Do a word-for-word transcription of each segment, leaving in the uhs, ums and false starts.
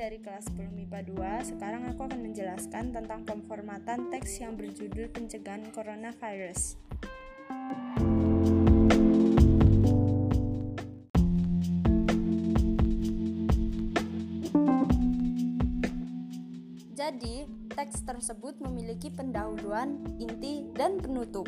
dari kelas sepuluh M I P A dua. Sekarang aku akan menjelaskan tentang pemformatan teks yang berjudul pencegahan coronavirus. Jadi, teks tersebut memiliki pendahuluan, inti, dan penutup.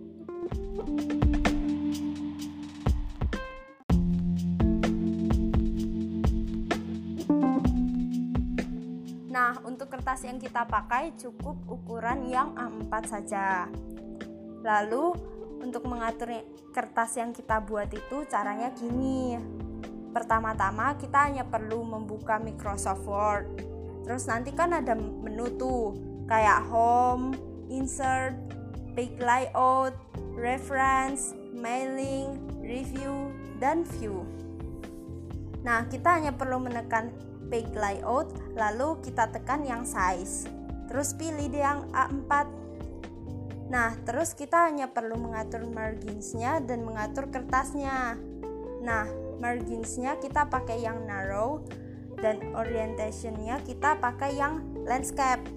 Nah, untuk kertas yang kita pakai cukup ukuran yang A empat saja. Lalu, untuk mengatur kertas yang kita buat itu caranya gini. Pertama-tama kita hanya perlu membuka Microsoft Word. Terus nanti kan ada menu tuh, kayak home, insert, page layout, reference, mailing, review, dan view. Nah, kita hanya perlu menekan page layout, lalu kita tekan yang size, terus pilih deh yang A empat. Nah, terus kita hanya perlu mengatur marginsnya dan mengatur kertasnya. Nah, marginsnya kita pakai yang narrow dan orientationnya kita pakai yang landscape.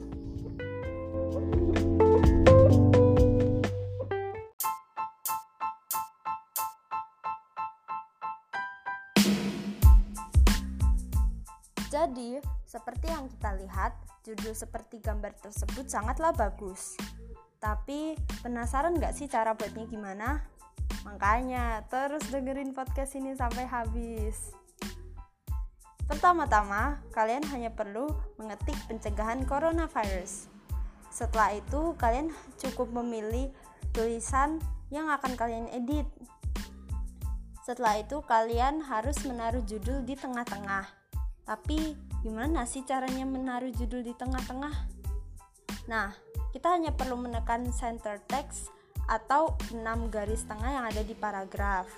Jadi, seperti yang kita lihat, judul seperti gambar tersebut sangatlah bagus. Tapi, penasaran gak sih cara buatnya gimana? Makanya, terus dengerin podcast ini sampai habis. Pertama-tama, kalian hanya perlu mengetik pencegahan coronavirus. Setelah itu, kalian cukup memilih tulisan yang akan kalian edit. Setelah itu, kalian harus menaruh judul di tengah-tengah. Tapi gimana sih caranya menaruh judul di tengah-tengah? Nah, kita hanya perlu menekan center text atau enam garis tengah yang ada di paragraf.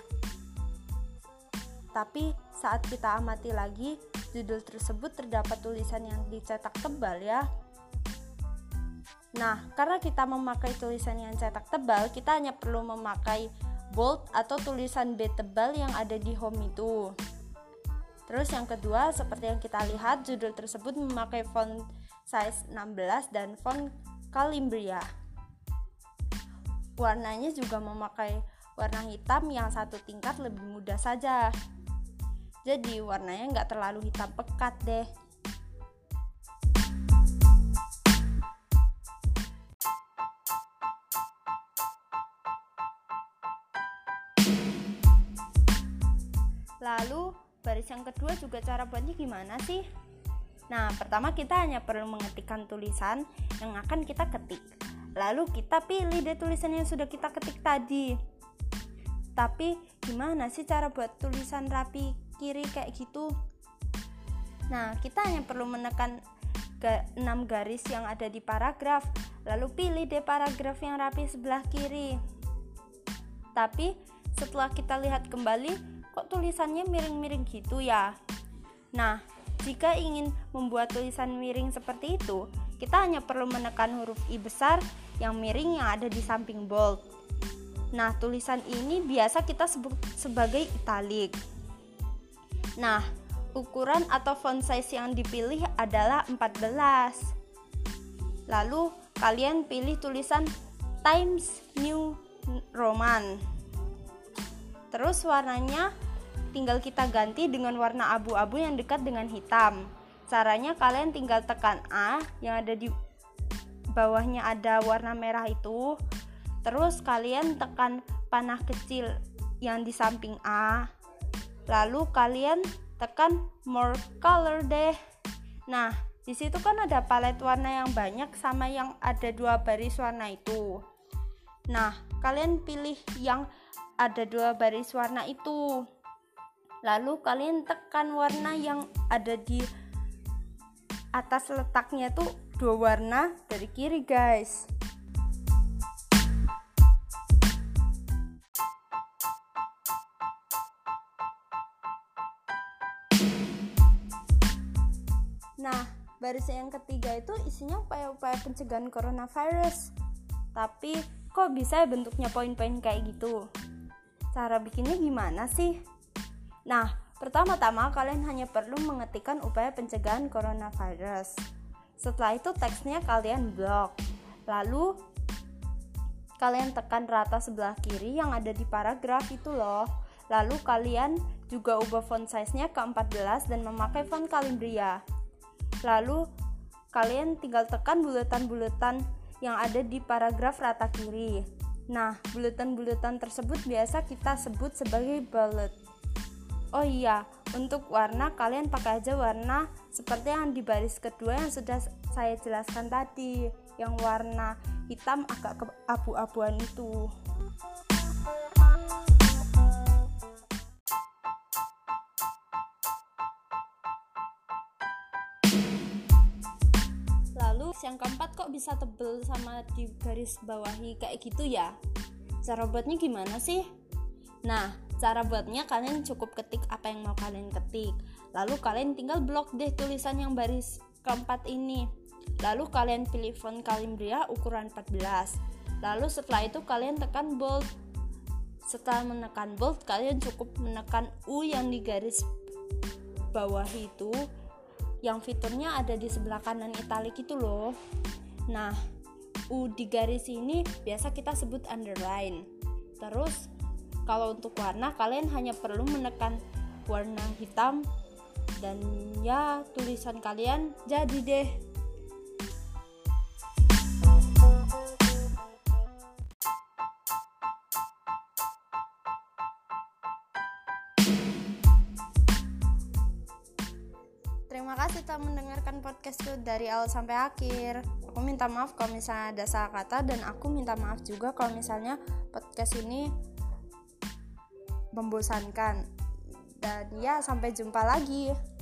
Tapi saat kita amati lagi, judul tersebut terdapat tulisan yang dicetak tebal ya. Nah, karena kita memakai tulisan yang cetak tebal, kita hanya perlu memakai bold atau tulisan B tebal yang ada di home itu. Terus yang kedua, seperti yang kita lihat, judul tersebut memakai font size enam belas dan font Calimbria. Warnanya juga memakai warna hitam yang satu tingkat lebih mudah saja. Jadi warnanya nggak terlalu hitam pekat deh. Lalu baris yang kedua juga cara buatnya gimana sih? Nah, pertama kita hanya perlu mengetikkan tulisan yang akan kita ketik. Lalu kita pilih deh tulisan yang sudah kita ketik tadi. Tapi gimana sih cara buat tulisan rapi kiri kayak gitu? Nah, kita hanya perlu menekan enam garis yang ada di paragraf. Lalu pilih deh paragraf yang rapi sebelah kiri. Tapi setelah kita lihat kembali, kok tulisannya miring-miring gitu ya? Nah, jika ingin membuat tulisan miring seperti itu, kita hanya perlu menekan huruf I besar yang miring yang ada di samping bold. Nah, tulisan ini biasa kita sebut sebagai italic. Nah, ukuran atau font size yang dipilih adalah empat belas. Lalu, kalian pilih tulisan Times New Roman. Terus warnanya tinggal kita ganti dengan warna abu-abu yang dekat dengan hitam. Caranya kalian tinggal tekan A yang ada di bawahnya ada warna merah itu. Terus kalian tekan panah kecil yang di samping A. Lalu kalian tekan more color deh. Nah, di situ kan ada palet warna yang banyak sama yang ada dua baris warna itu. Nah, kalian pilih yang ada dua baris warna itu. Lalu kalian tekan warna yang ada di atas letaknya tuh dua warna dari kiri guys. Nah, baris yang ketiga itu isinya upaya-upaya pencegahan coronavirus. Tapi kok bisa bentuknya poin-poin kayak gitu? Cara bikinnya gimana sih? Nah, Pertama-tama kalian hanya perlu mengetikkan upaya pencegahan coronavirus. Setelah itu teksnya kalian blok. Lalu kalian tekan rata sebelah kiri yang ada di paragraf itu loh. Lalu kalian juga ubah font size-nya ke empat belas dan memakai font Calimbria. Lalu kalian tinggal tekan bulatan-bulatan yang ada di paragraf rata kiri. Nah, bulatan-bulatan tersebut biasa kita sebut sebagai bullet. Oh iya, untuk warna kalian pakai aja warna seperti yang di baris kedua yang sudah saya jelaskan tadi, yang warna hitam agak keabu-abuan itu. Lalu yang keempat, kok bisa tebel sama di garis bawahi kayak gitu ya? Cara buatnya gimana sih? Nah, cara buatnya kalian cukup ketik apa yang mau kalian ketik. Lalu kalian tinggal blok deh tulisan yang baris keempat ini. Lalu kalian pilih font Calimbria ukuran empat belas. Lalu setelah itu kalian tekan bold. Setelah menekan bold, kalian cukup menekan U yang di garis bawah itu, yang fiturnya ada di sebelah kanan italik itu loh. Nah, U di garis ini biasa kita sebut underline. Terus kalau untuk warna, kalian hanya perlu menekan warna hitam dan ya tulisan kalian jadi deh. Terima kasih telah mendengarkan podcastku dari awal sampai akhir. Aku minta maaf kalau misalnya ada salah kata, dan aku minta maaf juga kalau misalnya podcast ini membosankan. Dan ya, sampai jumpa lagi.